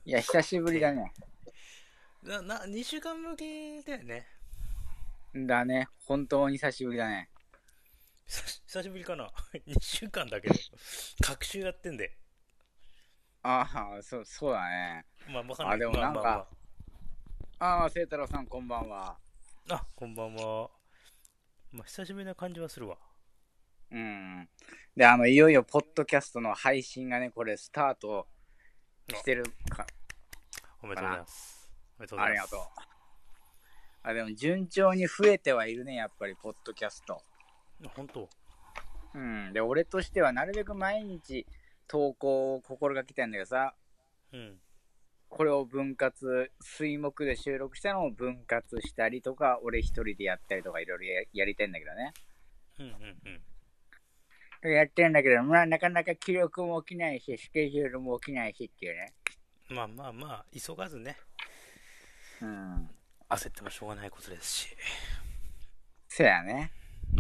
いや、久しぶりだね。 2週間ぶりだよね。 だね。本当に久しぶりだね。 久しぶりかな。2週間だけど。隔週やってんで。 ああ、そうだね。 まあ、わかんなあ、 い。 でもまあまあま清太郎さんこんばんは。 あ。あ、こんばんは。まあ、久しぶりな感じはするわ。 うん。で、いよいよ、ポッドキャストの配信がね、これ、スタートしてるおめでとうございかな。 ます。おめでとうござありがとう。 います。 でも、順調に増えてはいるね、やっぱり、ポッドキャスト。 本当。 うん。で、俺としては、なるべく毎日、投稿を心がけたいんだけどさ、 うん。 これを分割、水木で収録したのを分割したりとか、俺一人でやったりとかいろいろやりたいんだけどね。 うんうんやってるんだけど、まあなかなか記録も起きないし、スケジュールも起きないしっていうね。 うん。まあまあまあ、急がずね。 うん。 焦ってもしょうがないことですし。 そやね。 うん。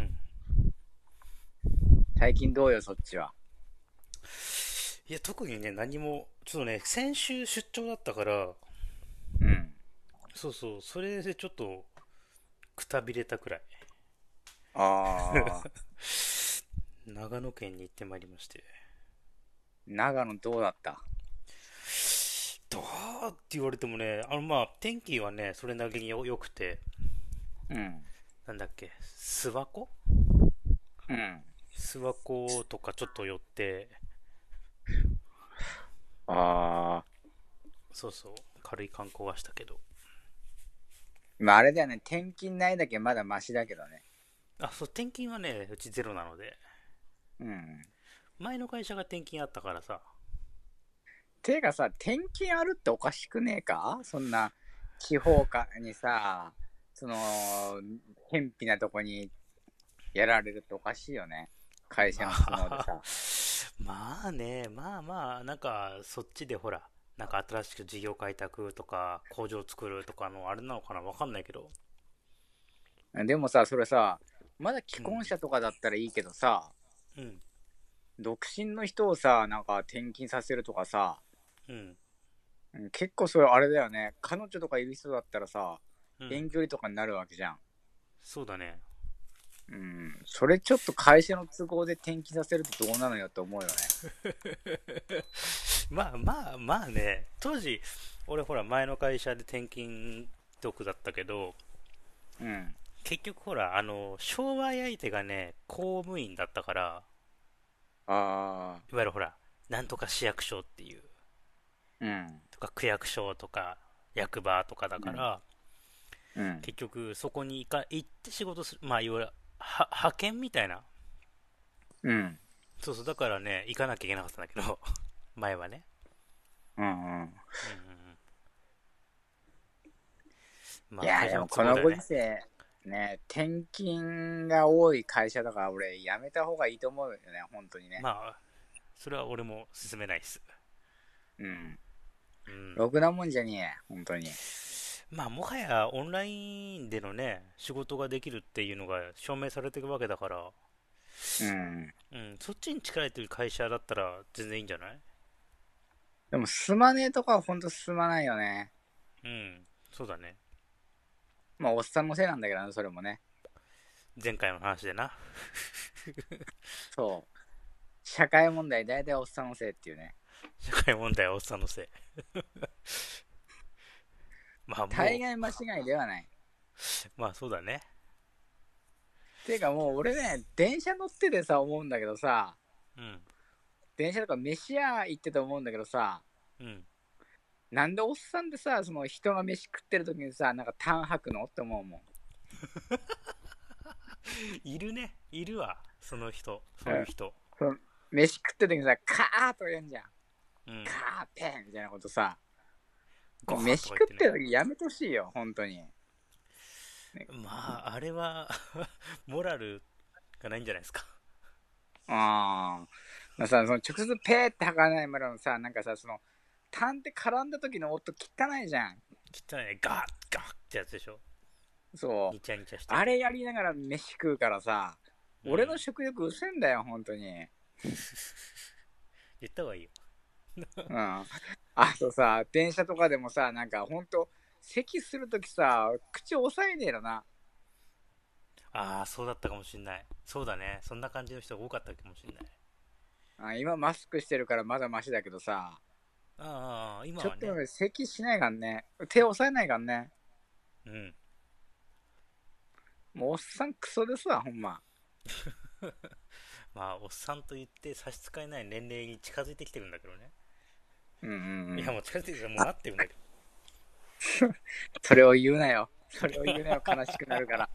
最近どうよ、そっちは。 いや、特にね、何も、ちょっとね、先週出張だったから、 うん。 そうそう、それでちょっと、くたびれたくらい。 ああ、 長野県に行ってまいりまして。 長野どうだった？ どうって言われてもね、まあ、天気はね、それなりに良くて、 うん。 なんだっけ、諏訪湖うん。 諏訪湖とかちょっと寄って、 ああ、 そうそう、軽い観光はしたけど。 まああれだよね、転勤ないだけまだマシだけどね。 あ、そう、転勤はね、うちゼロなので、 うん。 前の会社が転勤あったからさ、 てかさ、転勤あるっておかしくねえか？そんな、地方かにさ、その、偏僻なとこにやられるっておかしいよね。会社まの都合であ、 さ。 まあね、まあまあ、なんか、そっちでほら、なんか新しく事業開拓とか、工場作るとかのあれなのかなわかんないけど、 でもさ、それさ、まだ既うん、 婚者とかだったらいいけどさ、 うん、 独身の人をさ、なんか転勤させるとかさ、 うん、 結構それあれだよね。彼女とかいる人だったらさ、 うん、 遠距離とかになるわけじゃん。 そうだね。 うん。それちょっと会社の都合で転勤させるとどうなのよって思うよね。 まあまあまあね、当時、俺ほら前の会社で転勤族だったけど、 うん。 結局ほら、商売相手がね、公務員だったから、 ああ、 いわゆるほら、なんとか市役所っていう、 うん。 とか区役所とか、役場とかだうん。 から、 うん。 結局そこに行って仕事する、まあいわゆる、派遣みたいな。 うん。 そうそう、だからね、行かなきゃいけなかったんだけど、前はね。 うん。うん。 うんうんうん。 いや、 まあ会社のでもこのご時都合だよね。 世、ね、転勤が多い会社だから俺、辞めた方がいいと思うよね、本当にね。 まあ、それは俺も勧めないです。 うん。 うん。 ろくなもんじゃねえ、本当に。 まあ、もはやオンラインでのね、仕事ができるっていうのが証明されてるわけだから、 うん。 うん、そっちに力入れてる会社だったら全然いいんじゃない？ でも、すまねえとかは本当進まないよね。 うん、そうだね。 まあ、おっさんのせいなんだけどね、それもね。 前回の話でな。 そう。社会問題、大体おっさんのせいっていうね。 社会問題はおっさんのせい。まあも大概間違いではない。 う、まあそうだね。 ていうかもう俺ね、電車乗っててさ、思うんだけどさ、 うん、 電車とか飯屋行ってて思うんだけどさ、 うん。 なんでおっさんでさ、その人が飯食ってる時にさ、なんか痰吐くのって思うもん。 いるね。いるわ。その人。 うん。 そういう人。 その飯食ってる時にさ、カーとか言うんじゃん。 うん。 カーペンみたいなことさ、 ご飯飯食ってとか言ってね。 る時やめてほしいよ、本当に。ね、 まあ、あれはモラルがないんじゃないですか。 ああ。まあさ、その直接ペーって吐かないまでのさ、なんかさ、その、痰って絡んだ時の音汚いじゃん。 汚いね。ガッガッってやつでしょ。 そう。 ニチャニチャしてて。 あれやりながら飯食うからさ、 うん。 俺の食欲薄いんだよ、本当に。 言った方がいいよ。 うん。 あとさ、電車とかでもさ、なんかほんと、咳するときさ、口押さえねえのな。 ああ、そうだったかもしんない。そうだね。そんな感じの人が多かったかもしんない。 今マスクしてるからまだマシだけどさ、 ああ、今ちょっとはね。 咳しないかんね。手押さえないかんね。 うん。 もうおっさんクソですわ、ほんま。 まあ、おっさんと言って差し支えない年齢に近づいてきてるんだけどね。 うんうんいや、 うん。 もう近づいてきてもうなってるんだけど。 それを言うなよ。それを言うなよ。悲しくなるから。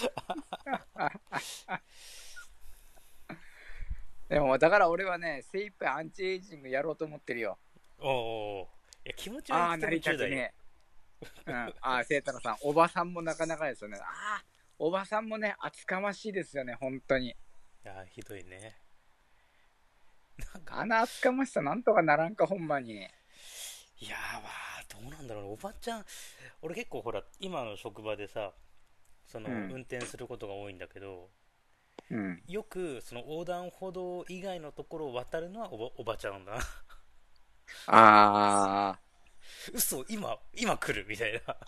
でも、だから俺はね、精一杯アンチエイジングやろうと思ってるよ。 おうおうおう。いや、気持ちはいああ、 つでもなりた 10代よ。 くねえ。うん。ああ、聖太郎さん、おばさんもなかなかですよね。ああ、おばさんもね、厚かましいですよね、本当に。 いや、ひどいね。なんか、 あの厚かましさなんとかならんか、ほんまに。 いやー、まあ、どうなんだろうね。おばちゃん、俺結構ほら、今の職場でさ、 うん。 運転することが多いんだけど、 うん。 よく、横断歩道以外のところを渡るのはおばちゃんなんだな。 あ嘘、今来るみたいな。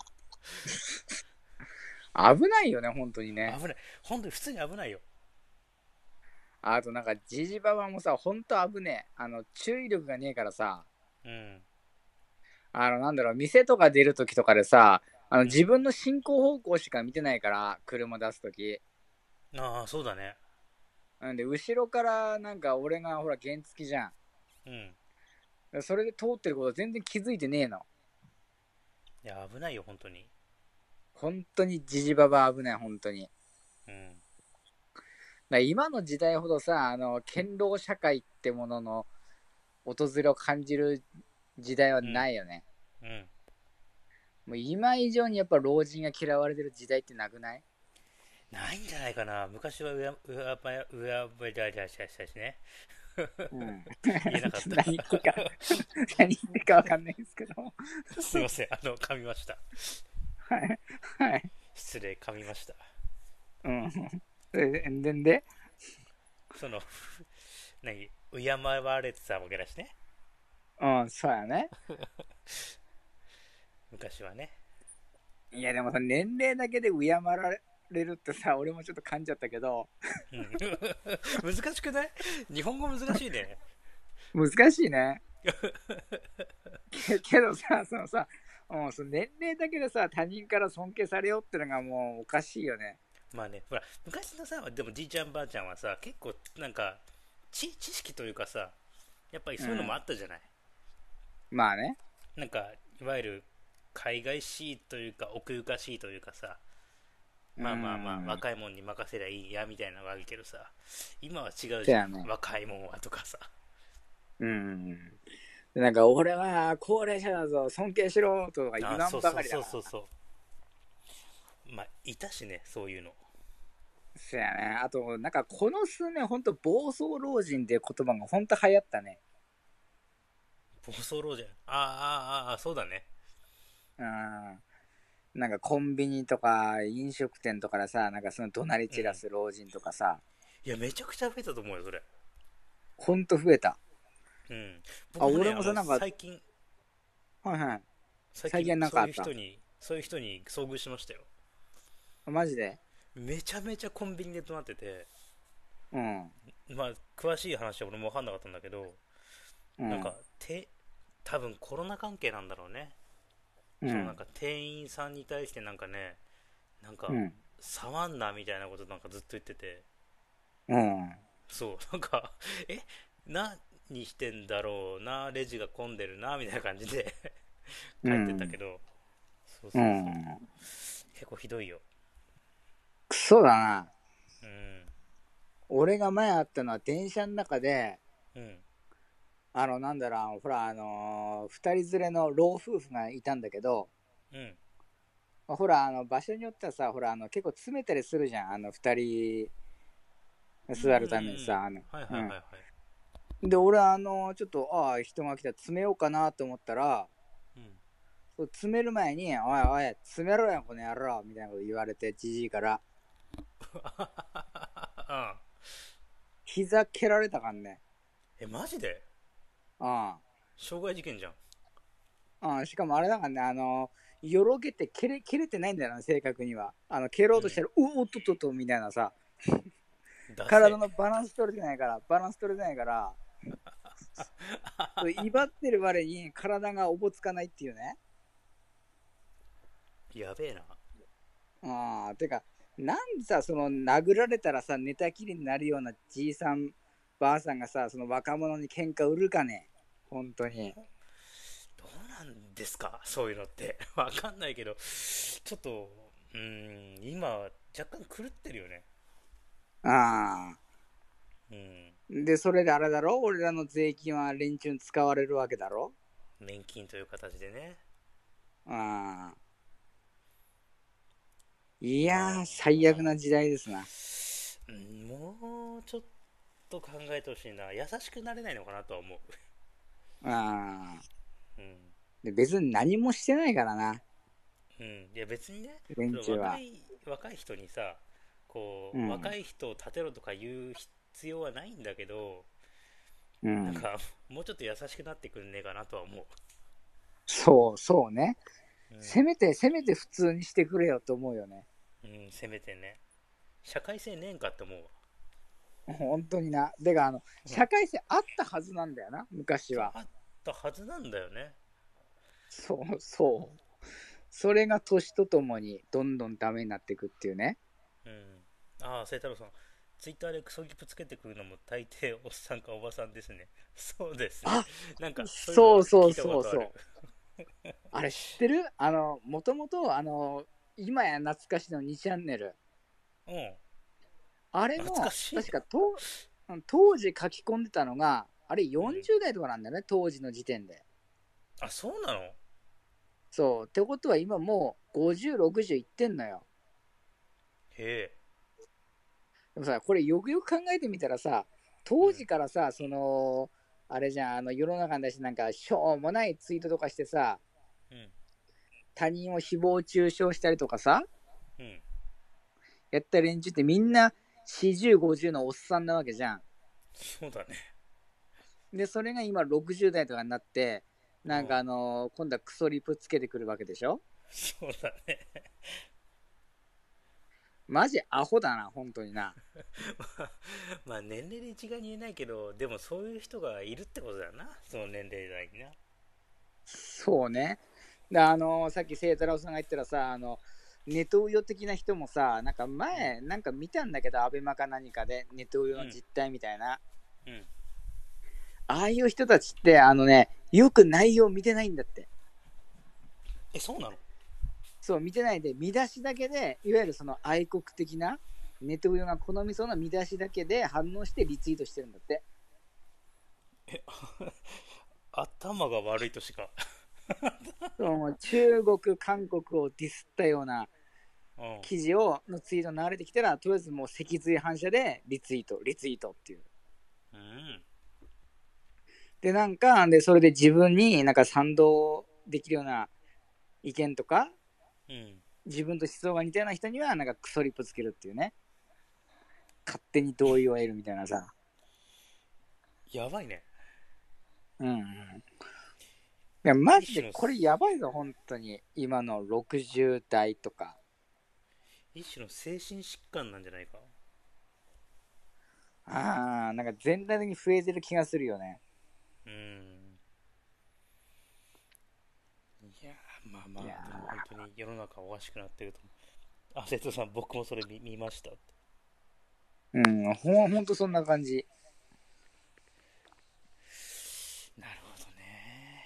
あ、危ないよね、本当にね。 危ない。本当に普通に危ないよ。 あとなんか、ジジババもさ、ほんと危ねえ。注意力がねえからさ、 うん。 なんだろう、店とか出るときとかでさ、 うん。 自分の進行方向しか見てないから、車出すとき。 ああ、そうだね。 なんで、後ろからなんか俺がほら原付じゃん。 うん。 それで通ってること全然気づいてねえの。 いや、危ないよ、本当に。 本当にジジババ危ない、本当に。 うん。 今の時代ほどさ、堅牢社会ってものの訪れを感じる時代はうん。 ないよね。 うん。 もう今以上にやっぱ老人が嫌われてる時代ってなくない？ ないんじゃないかな。昔はしね。 うん。 言えなかった。 何言ってか、何言ってかわかんないですけど。 すいません。噛みました。 はい。はい。 失礼、噛みました。 うん。で、 その、何敬われてたわけだしね。 うん、そうやね。 昔はね。 いや、でもさ、年齢だけで敬られるってさ、俺もちょっと噛んじゃったけど、 うん。難しくない？日本語難しいね。 難しいね。けどさ、そのさ、その年齢だけでさ、他人から尊敬されようってのがもうおかしいよね。 まあね、ほら、昔のさ、でもじいちゃんばあちゃんはさ、結構なんか、知識というかさ、やっぱりそういうのもあうん。 ったじゃない。 まあね。 なんか、いわゆる海外しいというか、奥ゆかしいというかさ、 うまあまあまあ、 ん。 若いもんに任せりゃいいや、みたいなのがあるけどさ、今は違うじゃん。 そやね。 若いもんはとかさ。 うん。でなんか、俺は高齢者だぞ、尊敬しろとか言あ、 わんそうそうばかりだからな。 そうそうそう。まあ、いたしね、そういうの。 そやね。あと、なんかこの数年、ほんと暴走老人っていう言葉がほんと流行ったね。 暴走老人。ああ、そうだね。 うん。なんかコンビニとか飲食店とかでさ、なんかその怒鳴りうん。 散らす老人とかさ、 いや、めちゃくちゃ増えたと思うよ、それ。 ほんと増えた。 うん。 あ、 僕もね、 俺もさ、なんか、はいはい。最近なんそうかあった？ いうそういう人に遭遇しましたよ。 マジで？ めちゃめちゃコンビニで怒鳴ってて、 うん。 まあ、詳しい話は俺も分かんなかったんだけど、 うん。 なんか、多分コロナ関係なんだろうね。なんうん。 か店員さんに対してなんかね、なんか、 うん。 触んなみたいなことなんかずっと言ってて、 うん。 そう、なんか、え、何してんだろうな、レジが混んでるな、みたいな感じで帰ってったうん。 けど、そううそうそう。 ん。 結構ひどいよ。 クソだな。 うん。 俺が前あったのは電車の中で、 うん。 なんだろう、ほら、二人連れの老夫婦がいたんだけど、 うん。 ほら、場所によってはさ、ほら、結構詰めたりするじゃん。二人うんうんうんう座るためにん。 さ、 はいはいはいはい。 で、俺ちょっと、人が来たら詰めようかなと思ったら、 うん。 そう詰める前に、おいおい、詰めろよ、この野郎、みたいなこと言われて、じじいから、 うん。 膝蹴られたかんね。 え、マジで？ うん。 傷害事件じゃん。 しかもあれだからね、よろけて蹴れてないんだよな、正確には。蹴ろうとしたら、おっとっとっとみたいなさ、体のバランス取れてないから、威張ってる割に体がおぼつかないっていうね。 やべえな。 てか、なんでさ、その殴られたらさ、寝たきりになるようなじいさん、ばあさんがさ、その若者に喧嘩売るかね。本当に。 どうなんですかそういうのって。わかんないけど、ちょっと、今、若干狂ってるよね。 あうん。 あ。で、それであれだろ、俺らの税金は連中に使われるわけだろ。 年金という形でね。 ああ。いやー、 ま最悪な時代ですな。 あ、もうちょっと考えてほしいな。優しくなれないのかなとは思う。 ああ。 うん。 で、別に何もしてないからな、 うん。いや別にね、その連中は。 若い人にさ、こう、 うん。 若い人を立てろとか言う必要はないんだけど、 うん。 なんか、もうちょっと優しくなってくんねえかなとは思そうね。 う。 せめて普通にしてくれよと思うよね。 せめてね。社会性ねえんかって思うわ。 本当にな。でが、 うん。 社会性あったはずなんだよな、昔は。 あったはずなんだよね。 そう。それが年とともにどんどんダメになっていくっていうね。 うん。ああ、清太郎さん。ツイッターでクソギプつけてくるのも大抵おっさんかおばさんですね。そうですね。 あ、 なんかそういうのそうそうは聞いたことある。 そうそう。あれ知ってる？もともと、今や懐かしの2チャンネル。 うん。 あれ懐かも、 しい。 確か当時書き込んでたのが、あれうん。 40代とかなんだよね、当時の時点で。 あ、そうなの？へそう。ってことは今もう50、60いってんのよ。 え。 でもさ、これよくよく考えてみたらさ、当うん。 時からさ、あれじゃん、世の中に出してなんか、しょうもないツイートとかしてさ、 うん。 他人を誹謗中傷したりとかさ、 うん。 やった連中ってみんな40、50のおっさんなわけじゃん。 そうだね。 で、それが今60代とかになって、 うん。 今度はクソリプつけてくるわけでしょ。 そうだね。 マジアホだな、本当にな。 まあ年齢で一概に言えないけど、でもそういう人がいるってことだよな。その年齢代にな。 そうね。で、さっき清太郎さんが言ったらさ、ネトウヨ的な人もさ、なんかうん。 前、なんか見たんだけど、アベマか何かで、ネトウヨうん。 の実態みたいな。 うん。 ああいう人たちって、よく内容見てないんだって。 え、そうなの？ そう、見てないで、見出しだけで、いわゆるその愛国的な、ネトウヨが好みそうな見出しだけで反応してリツイートしてるんだって。 頭が悪いとしか。 そう中国、韓国をディスったようなうん。 記事のツイート流れてきたら、とりあえずもう脊髄反射でリツイートっていう。 うん。 で、それで自分になんか賛同できるような意見とか、 うん。 自分と思想が似たような人にはなんかクソリプつけるっていうね。勝手に同意を得るみたいなさ。 やばいね。 うんうん。いや、マジ一種の、 でこれやばいぞ、本当に。今の60代とか。 一種の精神疾患なんじゃないか。 なんか全体的に増えてる気がするよね。 うん。いやー、まあまいやあ、でも本当に世の中おかしくなってると思う。あ、瀬戸さん、僕もそれ見ましたって。 ほんとそんな感じ。 なるほどね。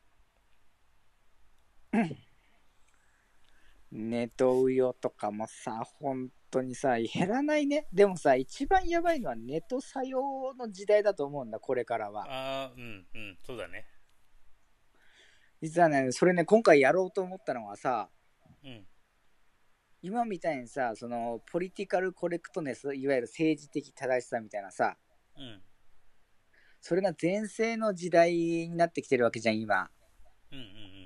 ネトウヨとかもさ、本当にさ、減らないね。でもさ、一番やばいのはネト作用の時代だと思うんだ、これからは。 ああ、うんうん、そうだね。 実はね、それね、今回やろうと思ったのはさ、 うん、 今みたいにさ、ポリティカルコレクトネス、いわゆる政治的正しさみたいなさ、 うん、 それが全盛の時代になってきてるわけじゃん、今。 うん、うん、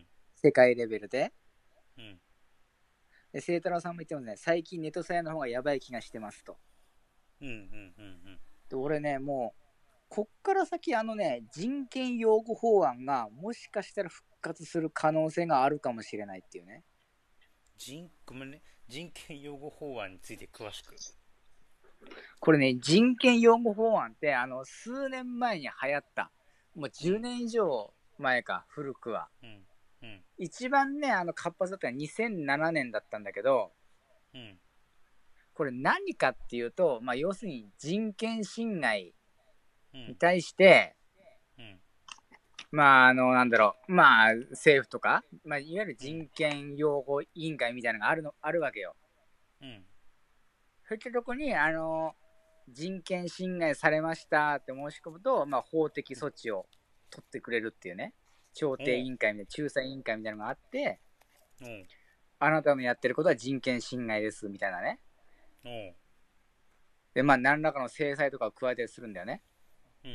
世界レベルで。 うん、うん、 で、聖太郎さんも言ってますね、最近ネトサヤの方がやばい気がしてますと。 うん、うん、うん、 で、俺ね、もう、 こっから先人権擁護法案がもしかしたら復活する可能性があるかもしれないっていうね。 ごめんね。人権擁護法案について詳しく。 これね、人権擁護法案って数年前に流行った。もう10年以上前か、古くは。 うん。うん。 一番ね、活発だったのは2007年だったんだけど、 うん。 これ何かっていうと、まあ、要するに人権侵害にうん。 対して、 うん。 まあ、なんだろう、まあ、政府とか、まあ、いわゆる人権擁護委員会みたいなのがあるわけよ。 うん。 そういったとこに、人権侵害されましたって申し込むと、まあ、法的措置を取ってくれるっていうね、調停委員会みたいな、仲裁委員会みたいなのがあって、 おう。 あなたのやってることは人権侵害ですみたいなね。 おう。 で、まあ、何らかの制裁とかを加えたりするんだよね。 うん。うん。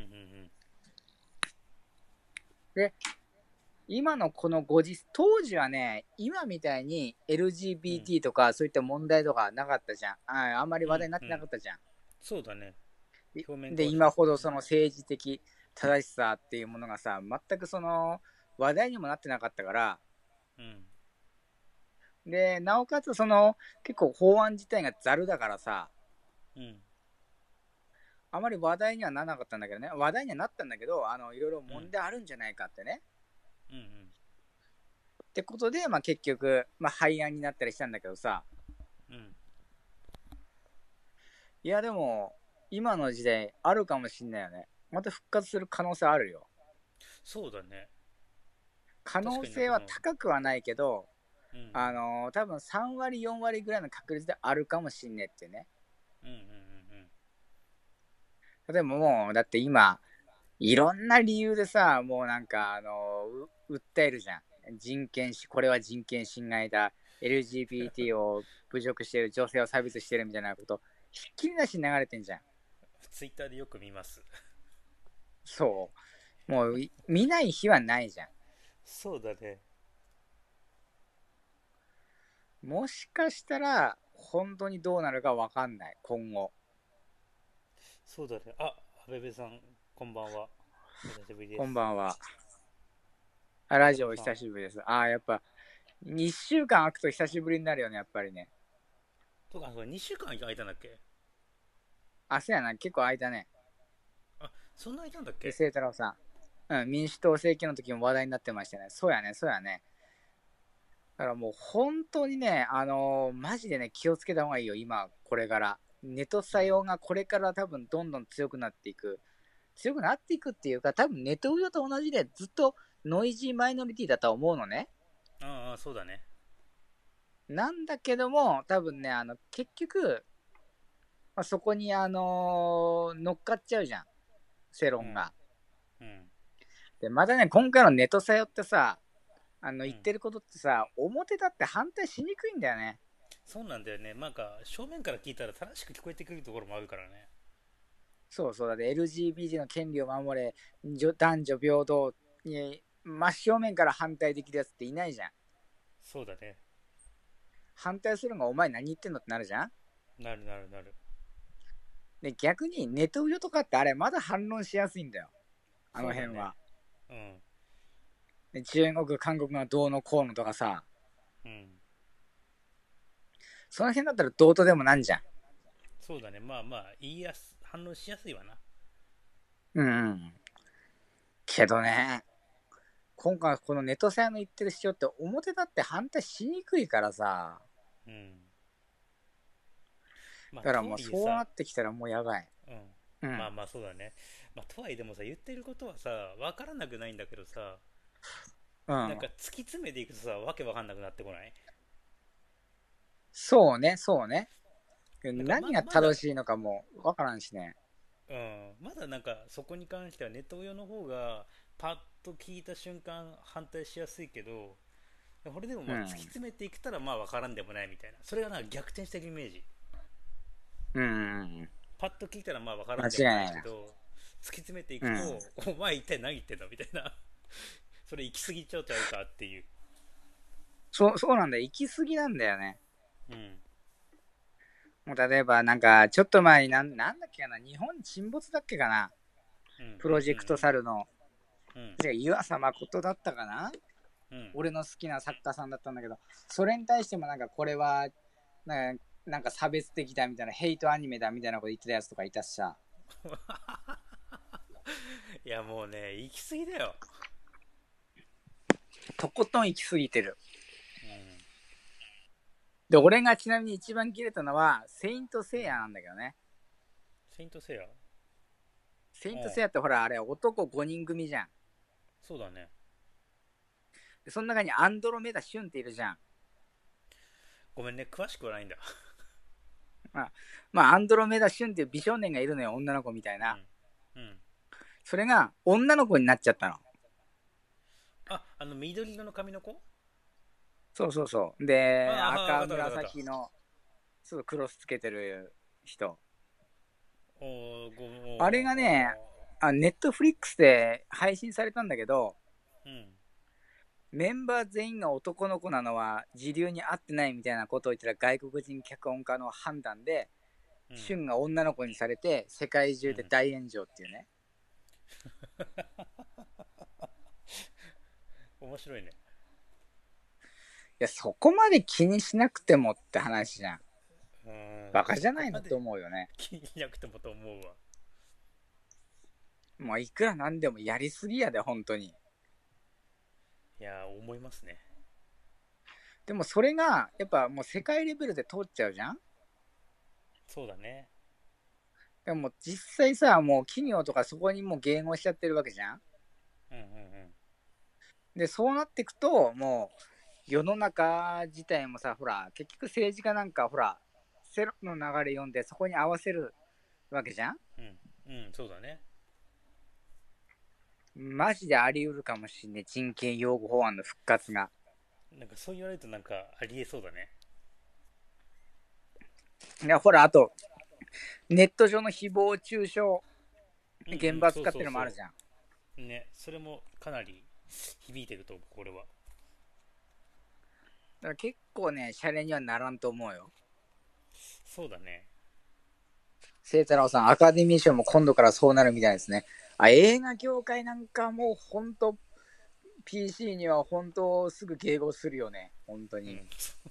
で、今のこのご時、当時はね、今みたいにうん。 LGBT とかそういった問題とかなかったじゃん。あんまりうん。 話題になってなうん。 かったじゃん。 そうだね。表面で、 化はして今ほどたけどね。 その政治的正しさっていうものがさ、全くその話題にもなってなかったから、 うん。 で、なおかつその結構法案自体がざるだからさ、 うん。 あまり話題にはならなかったんだけどね、話題にはなったんだけど、いろいろうん。 問題あるんじゃないかってね。 うん。 ってことで、まあ結局、まあ廃案になったりしたんだけどさ、 うん。 いやでも、今の時代あるかもしんないよね。また復活する可能性あるよ。 そうだね。 可確能性はかに高くはないけど、 うん。 多分3割、4割ぐらいの確率であるかもしんねえってね。 うん。うん。うん。 例えばもう、だって今、いろんな理由でさ、もうなんか、訴えるじゃん。これは人権侵害だ。LGBT を侮辱してる、女性を差別してるみたいなこと、ひっきりなしに流れてんじゃん。 ツイッターでよく見ます。 そう。もう、見ない日はないじゃん。 そうだね。 もしかしたら、本当にどうなるかわかんない。今後。 そうだね。あ、阿部さん、こんばんは。お久しぶりでこんす。 ばんは。ラジオお阿部さん、 久しぶりです。やっぱ、2週間空くと久しぶりになるよね、やっぱりね。 そう2週間空いたんだっけ？ そうやな、結構空いたね。 あ、そんな空いたんだっで、 け？ 清太郎さん。うん、民主党政権の時も話題になってましたね。そうやね、そうやね。だからもう本当にね、マジでね、気をつけた方がいいよ、今、これから。ネトうん。 作用がこれから多分どんどん強くなっていく。強くなっていくっていうか、多分ネトウヨと同じでずっとノイジーマイノリティだとは思うのね。 ああ、そうだね。 なんだけども、多分ね、結局、まあ、そこに乗っかっちゃうじゃん。世うん。 論が。 うん。 で、またね、今回のネトサヨってさ、 うん。 言ってることってさ、表だって反対しにくいんだよね。 そうなんだよね。なんか、正面から聞いたら正しく聞こえてくるところもあるからね。 そうそう、だって LGBT の権利を守れ、男女平等に真正面から反対できるやつっていないじゃん。 そうだね。 反対するのがお前何言ってんのってなるじゃん。 なるなるなる。 で、逆にネトウヨとかってあれまだ反論しやすいんだよ。あのそうだね。 辺は。 うん。 で中国、韓国がどうのこうのとかさ、 うん。 その辺だったらどうとでもなんじゃん。 そうだね。まあまあ、反応しやすいわな。 うんうん。けどね、今回このネトサヤの言ってる主張って表だって反対しにくいからさ。 うん。まあ、 だからともうそうなはいえさ、 ってきたらもうやばい。 うん。 うん。 まあまあ、そうだね。まあ、とはいえでもさ、言ってることはさ、わからなくないんだけどさ、 うん。 なんか突き詰めていくとさ、わけわかんなくなってこない？ そうね、そうね。 なんか何がまだ、 正しいのかもわからんしね。 うん、まだなんかそこに関してはネット用の方がパッと聞いた瞬間反対しやすいけど、これでもまあ突きうん。 詰めていくたらまあ分からんでもないみたいな、それがなんか逆転してるイメージ。 うん。 パッと聞いたらまあ分から間違んでもないないな。 いけど、突き詰めていくと、 うん。 お前一体何言ってんのみたいな。それ行き過ぎちゃうちゃうかっていう。 そうなんだよ。行き過ぎなんだよね。 うん。 もう例えばなんか、ちょっと前になんだっけかな。日本沈没だっけかな。 うん。 プロジェクトサルの、 うん。 確か湯浅誠だったかな、 うん。 俺の好きな作家さんだったんだけど、それに対してもなんかこれは、なんか差別的だみたいな、ヘイトアニメだみたいなこと言ってたやつとかいたしさ。 いや、もうね、行き過ぎだよ。 とことん行き過ぎてる。 うん。 で、俺がちなみに一番切れたのは、セイントセイヤなんだけどね。 セイントセイヤ。 セイントうん。 セイヤってほら、あれ男5人組じゃん。 そうだね。 で、その中にアンドロメダ・シュンっているじゃん。 ごめんね、詳しくはないんだ。 まあ、まあ、アンドロメダ・シュンっていう美少年がいるのよ、女の子みたいな。 うん。うん。 それが女の子になっちゃったの。 あ、緑色の髪の子。 そうそうそう。で、 ああ、わか赤ったわかったわかった。 紫の、ちょっとクロスつけてる人。 おー、ご、 あれがね、 おネットフリックスで配信されたんだけど、 ー、うん。 メンバー全員が男の子なのは時流に合ってないみたいなことを言ってた外国人脚本家の判断で、 うん。 シュンが女の子にされて世界中でうん。 大炎上っていうね。 面白いね。 いや、そこまで気にしなくてもって話じゃん。 うーん、 バカじゃないのってそこまで思うよね。 気になくてもと思うわ。 もういくらなんでもやりすぎやで、本当に。 いやー、思いますね。 でもそれが、やっぱもう世界レベルで通っちゃうじゃん。 そうだね。 でも実際さ、もう企業とかそこにもう迎合しちゃってるわけじゃん。 うんうんで、そうなっていくと、もう世の中自体もさ、ほら、結局政治家なんか、ほら、セロの流れ読んでそこに合わせるわけじゃん。 うん。うん、うん、そうだね。 マジであり得るかもしんね。人権擁護法案の復活が。 なんかそう言われるとなんかありえそうだね。 いや、ほら、あと、ネット上の誹謗中傷、 うんうん、そう厳罰化ってそうそのもあるじゃん。だかう。ね、それもかなり響いてると思う、これは。 ら結構ね、シャレにはならんと思うよ。 そうだね。 清太郎さん、アカデミー賞も今度からそうなるみたいですね。映画業界なんかもうほんと PC には本当すぐ迎合するよね。本当に。 うん。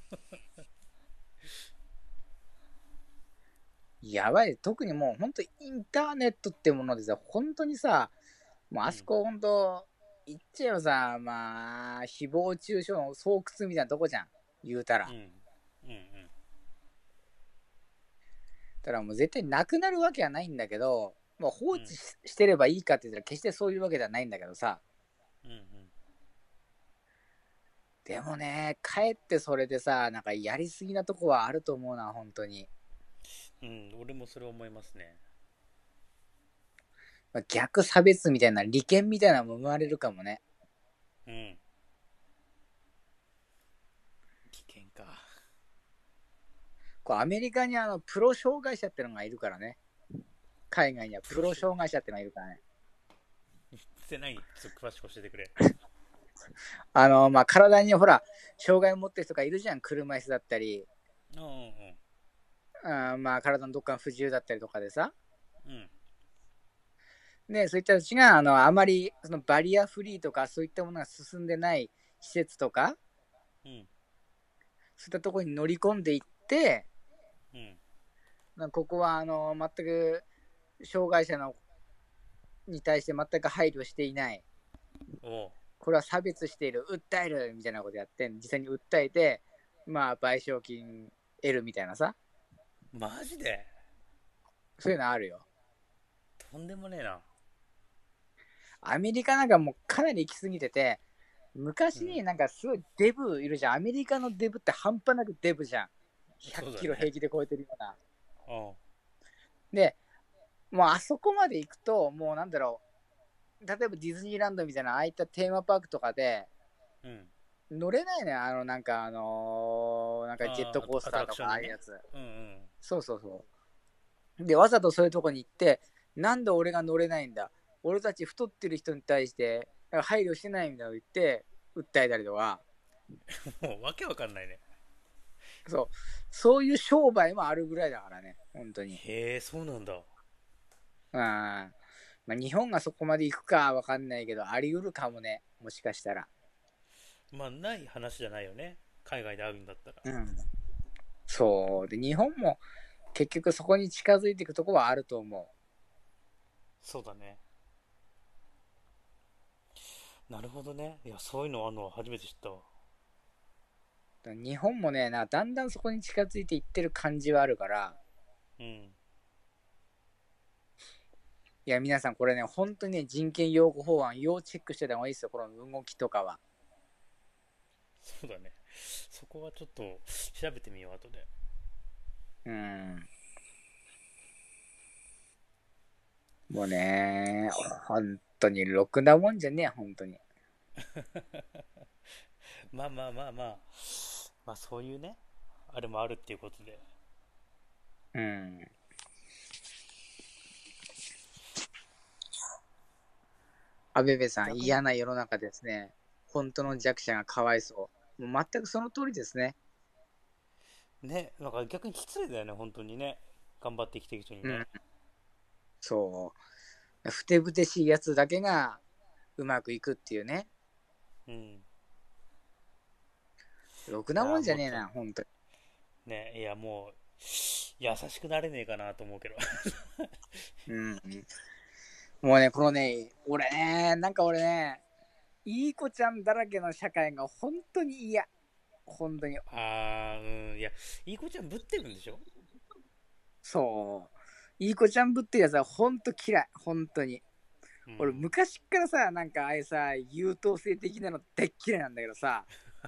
やばい。特にもう本当インターネットってものでさ、本当にさ、もううん。 あそこ本当、言っちゃえばさ、まあ、誹謗中傷の巣窟みたいなとこじゃん。言うたら。 うん。うん。うん。 ただもう絶対なくなるわけはないんだけど、もう放うん。 置してればいいかって言ったら決してそういうわけではないんだけどさ。 うん。 でもね、かえってそれでさ、なんかやりすぎなとこはあると思うな、本当に。 うん。俺もそれ思いますね。 まあ、逆差別みたいな、利権みたいなのも生まれるかもね。 うん。危険か。 こうアメリカにプロ障害者ってのがいるからね。海外にはプロプロショー。 障害者ってのがいるからね。 って何、ちょっと詳しく教えてくれ。 まあ、体にほら、障害を持ってる人がいるじゃん。車椅子だったり、 うんうんまあ、体のどっかの不自由だったりとかでさ。 うん。うん。 で、そういった人たちが、あまり、そのバリアフリーとか、そういったものが進んでない施設とか、 うん。 そういったところに乗り込んでいって、 うん。 ここは、全く、障害者のに対して全く配慮していない。 おう。 これは差別している、訴えるみたいなことやって、実際に訴えて、まあ、賠償金得るみたいなさ、 マジで。 そういうのあるよ。 とんでもねえな。 アメリカなんかもうかなり行き過ぎてて、 うん。 昔になんかすごいデブいるじゃん。アメリカのデブって半端なくデブじゃん。100キロそうだね。 平気で超えてるような。 おう。 で、もうあそこまで行くと、もうなんだろう、例えばディズニーランドみたいな、ああいったテーマパークとかで、 うん。 乗れないのよ。なんかジェットああ、アトラクコースターとションにね。 かああいうやつ。 うんうん。 そうそうそう。で、わざとそういうとこに行って、なんで俺が乗れないんだ、俺たち太ってる人に対して配慮してないみたいなの言って、訴えたりとか、 もうわけわかんないね。 そう、そういう商売もあるぐらいだからね、本当に。 へえ、そうなんだ。 うん。 まあ、日本がそこまで行くかわかんないけど、あり得るかもね。もしかしたら。 まあ、ない話じゃないよね。海外で会うんだったら。 うん。そう。で、日本も結局そこに近づいていくとこはあると思そうだね。なるほどね。いや、そういうのあんの初めて知ったわ。 う。だから日本もね、だんだんそこに近づいていってる感じはあるから、 うん。 いや、皆さんこれね、本当にね、人権擁護法案、要チェックしてた方がいいですよ、この動きとかは。 そうだね。そこはちょっと調べてみよう、後で。 うん。もうね、本当にろくなもんじゃねえ、本当に。 まあまあまあまあ。まあそういうね、あれもあるっていうことで。 うん。アベベさん、 逆に、 嫌な世の中ですね。本当の弱者がかわいそう。もう全くその通りですね。 ね、なんか逆に失礼だよね、本当にね。頑張って生きてる人にね。 うん。そう。ふてぶてしいやつだけがうまくいくっていうね。 うん。 ろくなもいやー、もっと、 んじゃねえな、本当に。 ね、いやもう、優しくなれねえかなと思うけど。 うん。もうね、このね、俺ね、いい子ちゃんだらけの社会が本当に嫌。本当に。 あー、うん、いや、いい子ちゃんぶってるんでしょ？ そう。いい子ちゃんぶってるやつは本当嫌い。本当に。 うん。 俺昔っからさ、なんかああいうさ、優等生的なの大っ嫌いなんだけどさ、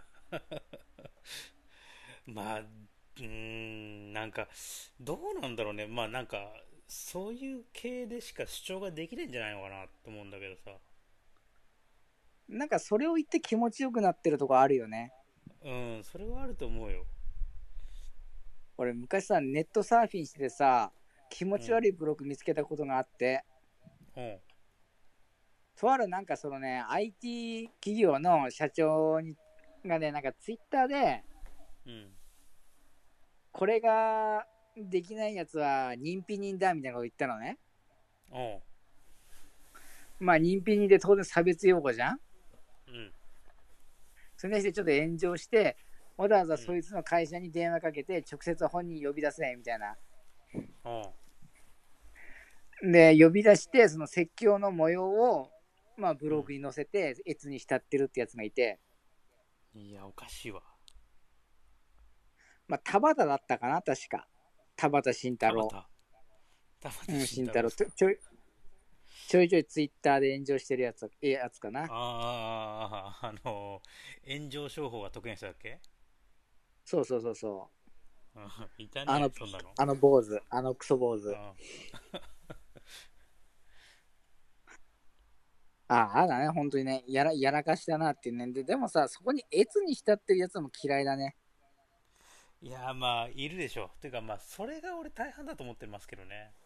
まあ、なんか、どうなんだろうね。まあなんか、そういう系でしか主張ができないんじゃないのかなと思うんだけどさ。 なんかそれを言って気持ちよくなってるとこあるよね。 うん、それはあると思うよ。 俺昔さ、ネットサーフィンしててさ、気持うん、 ち悪いブログ見つけたことがあって、 うん、 とあるなんかそのね、IT 企業の社長がね、なんかツイッターで、 うん、 これができないやつは認否人だみたいなこと言ったのね。 うん、 まあ認否人で当然差別用語じゃん。 うん、 それにしてちょっと炎上して、わざわざうん、 そいつの会社に電話かけて直接本人呼び出せみたいな。で、呼び出して、その説教の模様を、まあブうん。 ログに載せて、越に浸ってるってやつがいて、 いや、おかしいわ。 まあ田畑だったかな、確か。田畑慎太郎。 田畑。田畑うん、 慎慎太郎。 太郎さん。 ちょいちょいツイッターで炎上してるやつかな。 炎上商法が得意な人だっけ？ そうそうそうそう。 うん、いたね、 あの、 そんなの。 あの坊主、あのクソ坊主。 うん。 あだね、本当にね、やらかしたなっていうね。でもさ、そこに越に浸ってるやつも嫌いだね。 いや、まあ、いるでしょ。ていうか、まあ、それが俺大半だと思ってますけどね。